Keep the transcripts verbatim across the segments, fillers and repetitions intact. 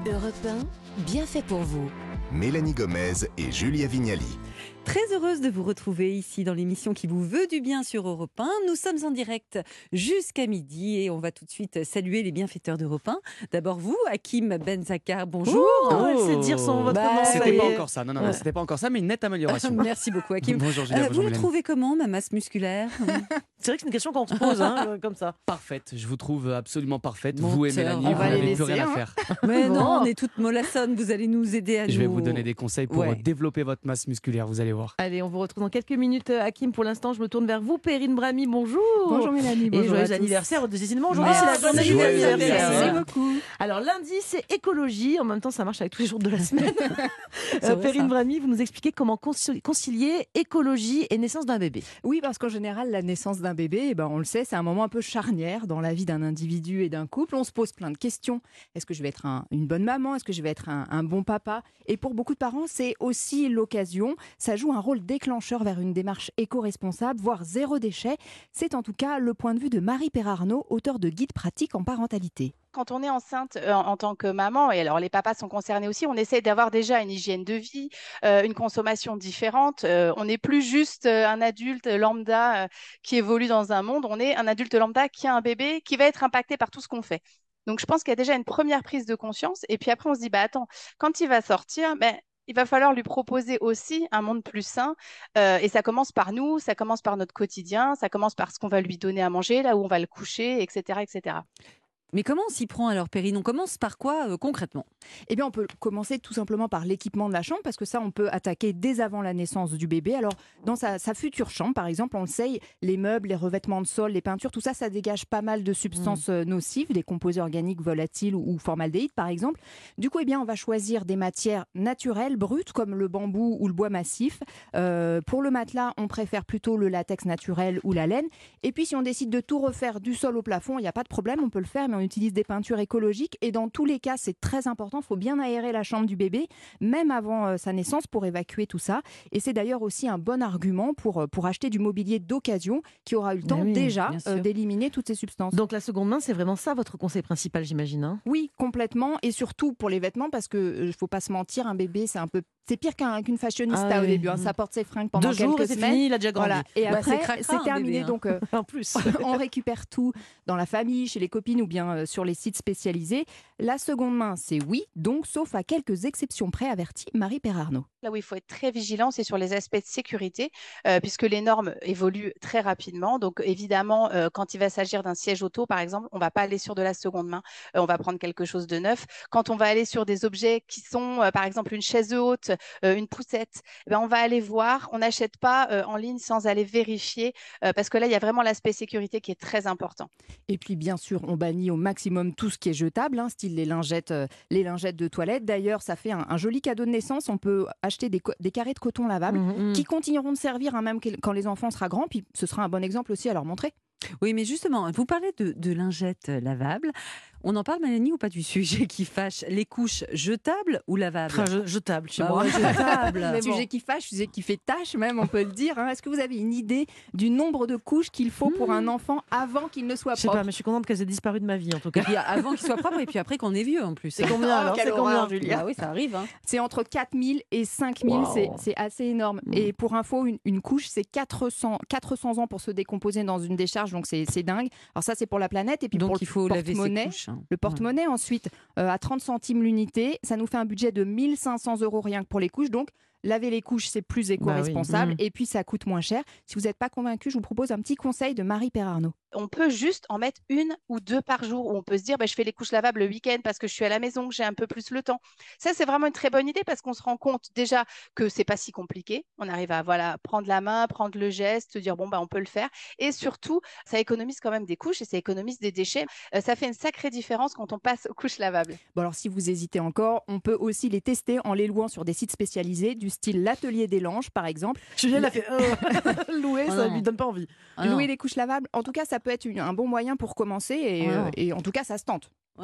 Europe un, bien fait pour vous. Mélanie Gomez et Julia Vignali. Très heureuse de vous retrouver ici dans l'émission qui vous veut du bien sur Europe un. Nous sommes en direct jusqu'à midi et on va tout de suite saluer les bienfaiteurs d'Europe un. D'abord vous, Hakim Benzaka, bonjour. Oh, elle sait dire son votre Bah, nom. ça C'était y pas est. encore ça. Non, non, non, c'était pas encore ça, mais une nette amélioration. Merci beaucoup Hakim. Bonjour Julia, Euh, bonjour vous le Mélanie. trouvez comment, ma masse musculaire? C'est vrai que c'est une question qu'on se pose, hein, comme ça. Parfaite, je vous trouve absolument parfaite. Menteur. Vous et Mélanie, On vous va les n'avez plus laisser, rien hein. à faire. Mais Bon. non, on est toutes mollassonnes, vous allez nous aider à Je vais nous... vous donner des conseils pour Ouais. développer votre masse musculaire, vous allez voir. Allez, on vous retrouve dans quelques minutes, euh, Hakim. Pour l'instant, je me tourne vers vous, Perrine Brami, bonjour. Bonjour Mélanie, Et bonjour à joyeux tous. anniversaire. Décidément, aujourd'hui, Merci. c'est la journée Joyeux d'anniversaire. anniversaire. Merci beaucoup. Alors, lundi, c'est écologie. En même temps, ça marche avec tous les jours de la semaine. C'est Euh, vrai, Perrine ça. Brami, vous nous expliquez comment conci- concilier écologie et naissance d'un bébé. Oui, parce qu'en général, la naissance d'un bébé, eh ben, on le sait, c'est un moment un peu charnière dans la vie d'un individu et d'un couple. On se pose plein de questions. Est-ce que je vais être un- une bonne maman? Est-ce que je vais être un, un bon papa? Et pour beaucoup de parents, c'est aussi l'occasion. Ça joue un rôle déclencheur vers une démarche éco-responsable, voire zéro déchet. C'est en tout cas le point de vue de Marie Perarnaud, auteure de guides pratiques en parentalité. Quand on est enceinte euh, en, en tant que maman, et alors les papas sont concernés aussi, on essaie d'avoir déjà une hygiène de vie, euh, une consommation différente. Euh, on n'est plus juste euh, un adulte lambda euh, qui évolue dans un monde, on est un adulte lambda qui a un bébé qui va être impacté par tout ce qu'on fait. Donc je pense qu'il y a déjà une première prise de conscience, et puis après on se dit, bah attends, quand il va sortir, ben, il va falloir lui proposer aussi un monde plus sain. Euh, et ça commence par nous, ça commence par notre quotidien, ça commence par ce qu'on va lui donner à manger, là où on va le coucher, et cetera, et cetera. Mais comment on s'y prend alors, Perrine? On commence par quoi euh, concrètement? Eh bien, on peut commencer tout simplement par l'équipement de la chambre, parce que ça, on peut attaquer dès avant la naissance du bébé. Alors, dans sa, sa future chambre, par exemple, on le sait, les meubles, les revêtements de sol, les peintures, tout ça, ça dégage pas mal de substances euh, nocives, des composés organiques volatiles ou, ou formaldéhyde, par exemple. Du coup, eh bien, on va choisir des matières naturelles, brutes, comme le bambou ou le bois massif. Euh, pour le matelas, on préfère plutôt le latex naturel ou la laine. Et puis, si on décide de tout refaire du sol au plafond, il n'y a pas de problème, on peut le faire, mais on utilise des peintures écologiques. Et dans tous les cas, c'est très important, il faut bien aérer la chambre du bébé, même avant euh, sa naissance, pour évacuer tout ça. Et c'est d'ailleurs aussi un bon argument pour, euh, pour acheter du mobilier d'occasion qui aura eu le Mais temps oui, déjà bien sûr. euh, d'éliminer toutes ces substances. Donc, la seconde main, c'est vraiment ça votre conseil principal, j'imagine, hein. Oui, complètement. Et surtout pour les vêtements, parce que ne faut pas se mentir, un bébé, c'est un peu, c'est pire qu'un, qu'une fashionista Ah au oui. début. hein. Ça porte ses fringues pendant Deux quelques jours et c'est semaines. fini, il a déjà grandi. Voilà. Et Bah, c'est après, cracra, c'est un terminé. bébé, hein. Donc, euh, En plus. on récupère tout dans la famille, chez les copines ou bien euh, sur les sites spécialisés. La seconde main, c'est oui, donc sauf à quelques exceptions près, avertit Marie Perarnaud. Là où il faut être très vigilant, c'est sur les aspects de sécurité, euh, puisque les normes évoluent très rapidement. Donc, évidemment, euh, quand il va s'agir d'un siège auto, par exemple, on ne va pas aller sur de la seconde main, euh, on va prendre quelque chose de neuf. Quand on va aller sur des objets qui sont, euh, par exemple, une chaise haute, euh, une poussette, eh ben, on va aller voir. On n'achète pas euh, en ligne sans aller vérifier, euh, parce que là, il y a vraiment l'aspect sécurité qui est très important. Et puis, bien sûr, on bannit au maximum tout ce qui est jetable, hein, style les lingettes, euh, les lingettes de toilette. D'ailleurs, ça fait un, un joli cadeau de naissance. On peut acheter des, co- des carrés de coton lavables Mhm. qui continueront de servir, hein, même que- quand les enfants seront grands. Puis, ce sera un bon exemple aussi à leur montrer. Oui, mais justement, vous parlez de, de lingettes lavables. On en parle, Mélanie, ou pas du sujet qui fâche? Les couches jetables ou lavables? Enfin, je- jetable chez Bah moi. ouais, jetables. Mais bon. Sujet qui fâche, sujet qui fait tâche même, on peut le dire. hein. Est-ce que vous avez une idée du nombre de couches qu'il faut pour un enfant avant qu'il ne soit Je sais propre? pas, mais je suis contente qu'elles aient disparu de ma vie, en tout Et cas. puis avant qu'il soit propre et puis après qu'on est vieux en plus. C'est combien alors? quelle C'est combien, horreur. Julia? Ah oui, ça arrive. Hein. C'est entre quatre mille et cinq mille, Wow. c'est, c'est assez énorme. Mm. Et pour info, une, une couche, c'est quatre cents, quatre cents ans pour se décomposer dans une décharge, donc c'est, c'est dingue. Alors ça, c'est pour la planète. Et puis Donc pour il faut le laver ses porte-monnaie, couches. hein. le porte-monnaie ensuite, euh, à trente centimes l'unité, ça nous fait un budget de mille cinq cents euros rien que pour les couches. Donc laver les couches, c'est plus éco-responsable Bah oui. et puis ça coûte moins cher. Si vous n'êtes pas convaincu, je vous propose un petit conseil de Marie Perarnaud. On peut juste en mettre une ou deux par jour, où on peut se dire, bah, je fais les couches lavables le week-end parce que je suis à la maison, que j'ai un peu plus le temps. Ça, c'est vraiment une très bonne idée parce qu'on se rend compte déjà que c'est pas si compliqué. On arrive à voilà, prendre la main, prendre le geste, se dire, bon, bah, on peut le faire. Et surtout, ça économise quand même des couches et ça économise des déchets. Euh, ça fait une sacrée différence quand on passe aux couches lavables. Bon alors si vous hésitez encore, on peut aussi les tester en les louant sur des sites spécialisés du style l'Atelier des Langes par exemple. Julia, elle a fait euh, louer, Oh ça non. lui donne pas envie. Ah non. Louer les couches lavables, en tout cas ça peut être une- un bon moyen pour commencer et, Oh non. euh, et en tout cas ça se tente. Oh non. Mm.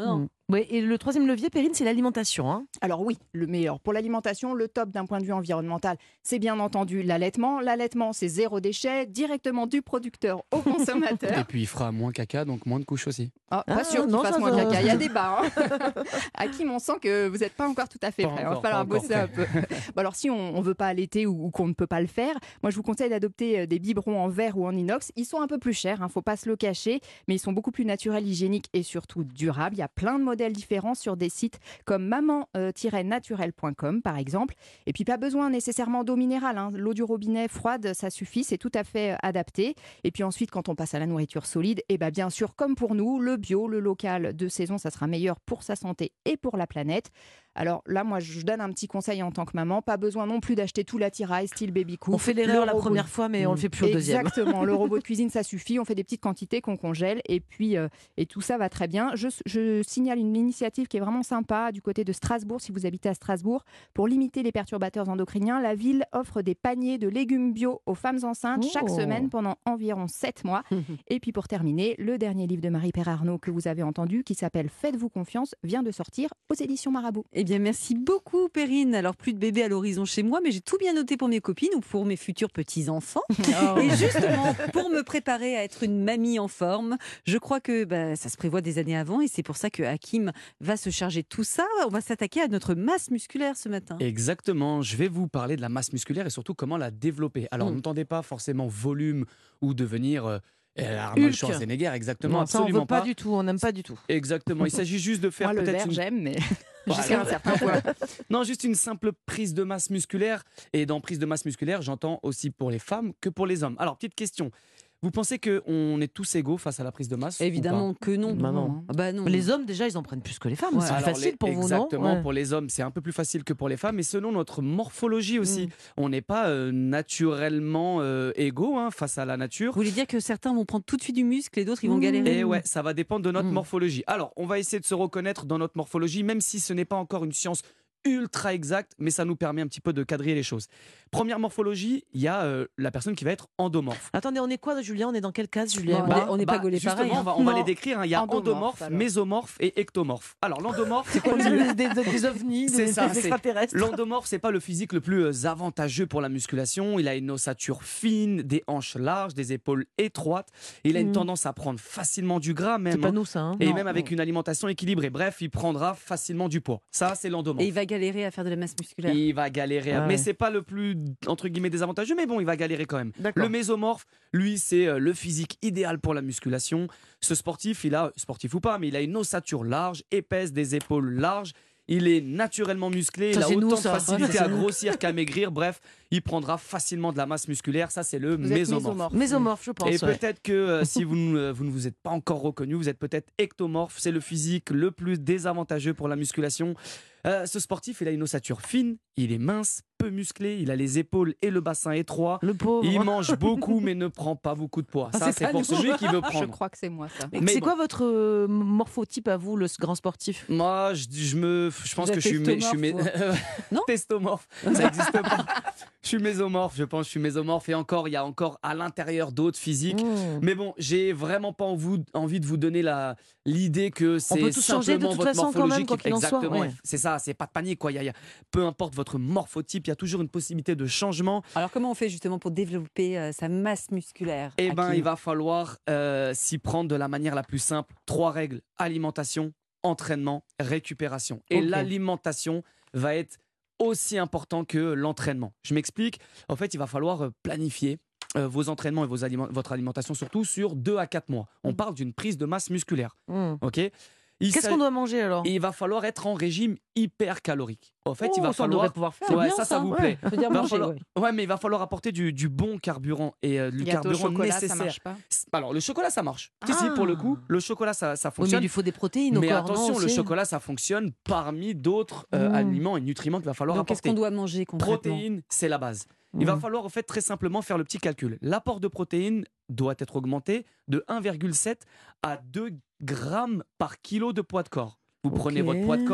Ouais, et le troisième levier, Perrine, c'est l'alimentation. Hein. Alors oui, le meilleur pour l'alimentation, le top d'un point de vue environnemental, c'est bien entendu l'allaitement. L'allaitement, c'est zéro déchet, directement du producteur au consommateur. Et puis il fera moins caca, donc moins de couches aussi. Ah, pas Ah, sûr qu'il non, fasse ça moins va. caca, il y a débat. Hein. Hakim, on sent que vous n'êtes pas encore tout à fait Pas prêt. Il va encore, falloir pas encore bosser un peu. Bon, alors si on ne veut pas allaiter ou, ou qu'on ne peut pas le faire, moi je vous conseille d'adopter des biberons en verre ou en inox. Ils sont un peu plus chers, il ne faut pas se le cacher, mais ils sont beaucoup plus naturels, hygiéniques et surtout durables. Il y a plein de modèles différents sur des sites comme maman tiret naturel point com par exemple. Et puis pas besoin nécessairement d'eau minérale, hein. L'eau du robinet froide, ça suffit, c'est tout à fait adapté. Et puis ensuite, quand on passe à la nourriture solide, et ben bien sûr, comme pour nous, le bio, le local de saison, ça sera meilleur pour sa santé et pour la planète. Alors là, moi, je donne un petit conseil en tant que maman. Pas besoin non plus d'acheter tout l'attirail style baby cook. On fait l'erreur Le la robot- première fois, mais on le fait plus au deuxième. Exactement. Le robot de cuisine, ça suffit. On fait des petites quantités qu'on congèle et puis euh, et tout ça va très bien. Je, je signale une initiative qui est vraiment sympa du côté de Strasbourg. Si vous habitez à Strasbourg, pour limiter les perturbateurs endocriniens, la ville offre des paniers de légumes bio aux femmes enceintes Oh. chaque semaine pendant environ sept mois. Et puis pour terminer, le dernier livre de Marie-Père Arnaud que vous avez entendu, qui s'appelle Faites-vous confiance, vient de sortir aux éditions Marabout. Eh bien, merci beaucoup, Perrine. Alors, plus de bébés à l'horizon chez moi, mais j'ai tout bien noté pour mes copines ou pour mes futurs petits-enfants. Et justement, pour me préparer à être une mamie en forme, je crois que bah, ça se prévoit des années avant et c'est pour ça que Hakim va se charger de tout ça. On va s'attaquer à notre masse musculaire ce matin. Exactement, je vais vous parler de la masse musculaire et surtout comment la développer. Alors, Mm. n'entendez pas forcément volume ou devenir euh, Arnold Hulk. Schwarzenegger, exactement, Non, ça, on absolument veut pas du tout, on n'aime pas du tout. Exactement, il s'agit juste de faire Moi, le peut-être vert, une... j'aime, mais Voilà. jusqu'à un certain point. Non, juste une simple prise de masse musculaire. Et dans prise de masse musculaire, j'entends aussi pour les femmes que pour les hommes. Alors, petite question. Vous pensez qu'on est tous égaux face à la prise de masse ou Évidemment que non. Bah non. Ah bah non. Les hommes, déjà, ils en prennent plus que les femmes. Ouais. C'est pas plus Alors, facile les- pour vous, non Exactement, Ouais. pour les hommes, c'est un peu plus facile que pour les femmes. Et selon notre morphologie aussi, Mm. on n'est pas euh, naturellement euh, égaux hein, face à la nature. Vous voulez dire que certains vont prendre tout de suite du muscle et d'autres ils vont galérer. Et ouais, ça va dépendre de notre Mm. morphologie. Alors, on va essayer de se reconnaître dans notre morphologie, même si ce n'est pas encore une science ultra exacte, mais ça nous permet un petit peu de quadriller les choses. Première morphologie, il y a euh, la personne qui va être endomorphe. Attendez, on est quoi, Julien? On est dans quelle case, Julien? Bon, on n'est pas gaulés justement, pareil, hein. on va, on va Non. les décrire. hein. Il y a Endomorphe, endomorphe, alors. mésomorphe et ectomorphe. Alors, l'endomorphe, On dirait des, des, des ovnis, C'est des, ça, des c'est- extraterrestres. l'endomorphe, c'est pas le physique le plus euh, avantageux pour la musculation. Il a une ossature fine, des hanches larges, des épaules étroites. Il a une Mm. tendance à prendre facilement du gras, C'est même. pas hein. nous, ça. Hein. Et Non, même avec non. une alimentation équilibrée. Bref, il prendra facilement du poids. Ça, c'est l'endomorphe. Et il va galérer à faire de la masse musculaire. Il va galérer, Ah mais ouais. c'est pas le plus entre guillemets désavantageux, mais bon, il va galérer quand même. D'accord. Le mésomorphe, lui, c'est euh, le physique idéal pour la musculation. Ce sportif, il a sportif ou pas, mais il a une ossature large, épaisse, des épaules larges. Il est naturellement musclé, Ça, il a c'est autant nous, de ça. facilité Ouais, à c'est nous. grossir qu'à maigrir. Bref, il prendra facilement de la masse musculaire. Ça, c'est le Vous êtes mésomorphe. mésomorphe. Mésomorphe, je pense. Et ouais. peut-être que euh, si vous, ne- vous ne vous êtes pas encore reconnu, vous êtes peut-être ectomorphe. C'est le physique le plus désavantageux pour la musculation. Euh, ce sportif, il a une ossature fine, il est mince, peu musclé, il a les épaules et le bassin étroit. Le pauvre. Il mange beaucoup mais ne prend pas beaucoup de poids. Ah, Ça, c'est c'est pas pour nous. celui qui veut Je prendre. crois que c'est moi, ça. Mais Mais c'est bon. quoi votre euh, morphotype à vous, le grand sportif? Moi, je, je me, je pense Vous que êtes je suis, mé- je suis mé- Non testomorphe. Ça n'existe pas. Je suis mésomorphe. Je pense, que je suis mésomorphe. Et encore, il y a encore à l'intérieur d'autres physiques. Mmh. Mais bon, j'ai vraiment pas en vous- envie de vous donner la l'idée que c'est peut tous changer de simplement toute votre façon quand même, morphologie quoi qui- qu'il en soit, exactement. ouais. C'est ça, c'est pas de panique quoi. Il y a- il y a- peu importe votre morphotype, il y a toujours une possibilité de changement. Alors comment on fait justement pour développer euh, sa masse musculaire? Eh ben, Hakim il va falloir euh, s'y prendre de la manière la plus simple. Trois règles alimentation, entraînement, récupération. Et Ok. l'alimentation va être aussi important que l'entraînement. Je m'explique. En fait, il va falloir euh, planifier euh, vos entraînements et vos aliment- votre alimentation surtout sur deux à quatre mois. On parle d'une prise de masse musculaire. Mmh. Ok. Il Qu'est-ce s'agit- qu'on doit manger alors? Il va falloir être en régime hyper calorique. En fait, Oh, il va ça, on falloir. devrait pouvoir faire. C'est Ouais, bien, ça, ça ça. vous Ouais. plaît. Ça veut dire Va manger, falloir- ouais. Ouais, mais il va falloir apporter du, du bon carburant et euh, du Gâteau au carburant chocolat, ça nécessaire. marche pas. Alors, le chocolat, ça marche. Si, si, Ah. pour le coup, le chocolat, ça, ça Oui, mais fonctionne. il lui faut des protéines au Mais corps, non, attention, le aussi chocolat, ça fonctionne parmi d'autres euh, Mm. aliments et nutriments qu'il va falloir Donc qu'est-ce apporter. qu'on doit manger concrètement? Protéines, c'est la base. Il va Mm. falloir en fait très simplement faire le petit calcul. L'apport de protéines doit être augmenté de un virgule sept à deux grammes par kilo de poids de corps. Vous prenez Ok. votre poids de corps,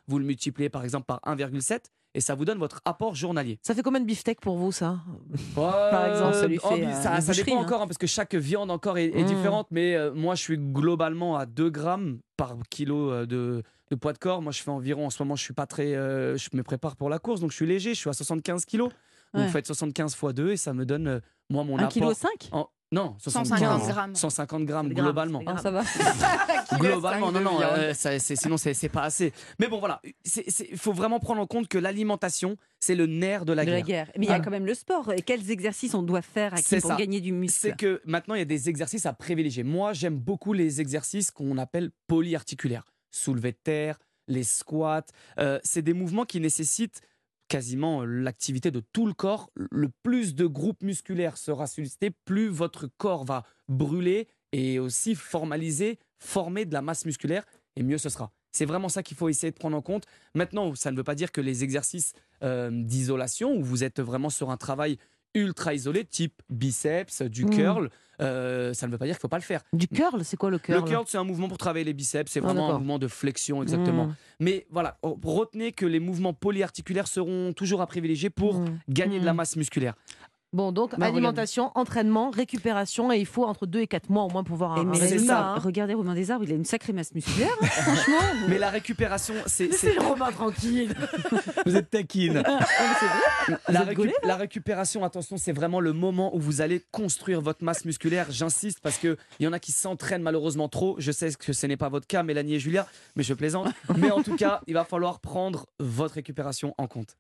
vous le multipliez par exemple par un virgule sept et ça vous donne votre apport journalier. Ça fait combien de beefsteak pour vous, ça? Par exemple, ça lui fait, euh, ça, une ça boucherie, dépend hein. encore, hein, parce que chaque viande encore est, est Mmh. différente, mais euh, moi je suis globalement à deux grammes par kilo euh, de, de poids de corps. Moi je fais environ, en ce moment je suis pas très, euh, je me prépare pour la course, donc je suis léger, je suis à soixante-quinze kilos. Donc Ouais. vous faites soixante-quinze fois deux et ça me donne euh, moi mon un apport. kilo cinq. en- Non, cent soixante-quinze. cinquante grammes. cent cinquante grammes C'est des grammes, globalement. c'est des Ah, ça va. Globalement, non, de non, viande. euh, ça, c'est- sinon c'est c'est pas assez. Mais bon, voilà, il faut vraiment prendre en compte que l'alimentation, c'est le nerf de la De guerre. la guerre. Mais il y a Ah. quand même le sport. Et quels exercices on doit faire Hakim, C'est pour ça. gagner du muscle? C'est que maintenant, il y a des exercices à privilégier. Moi, j'aime beaucoup les exercices qu'on appelle polyarticulaires. Soulevé de terre, les squats. Euh, c'est des mouvements qui nécessitent quasiment l'activité de tout le corps. Le plus de groupes musculaires sera sollicité, plus votre corps va brûler et aussi formaliser, former de la masse musculaire, et mieux ce sera. C'est vraiment ça qu'il faut essayer de prendre en compte. Maintenant, ça ne veut pas dire que les exercices euh, d'isolation, où vous êtes vraiment sur un travail ultra isolé, type biceps, du Mmh. curl, euh, ça ne veut pas dire qu'il ne faut pas le faire. Du curl, c'est quoi le curl? Le curl, c'est un mouvement pour travailler les biceps, c'est Ah, vraiment un d'accord. mouvement de flexion, exactement. Mmh. Mais voilà, retenez que les mouvements polyarticulaires seront toujours à privilégier pour Mmh. gagner de la Mmh. masse musculaire. Bon, donc Bah, alimentation, entraînement, récupération, et il faut entre deux et quatre mois au moins pour voir Et un, un mais c'est résultat. ça. hein. Regardez Romain Desarbres, il a une sacrée masse musculaire, hein, franchement. Mais la récupération, c'est... C'est le Romain tranquille. Vous êtes taquine. Ah, mais c'est vrai. La, êtes gaulé, récup- la récupération, attention, c'est vraiment le moment où vous allez construire votre masse musculaire. J'insiste parce qu'il y en a qui s'entraînent malheureusement trop. Je sais que ce n'est pas votre cas, Mélanie et Julia, mais je plaisante. Mais en tout cas, il va falloir prendre votre récupération en compte.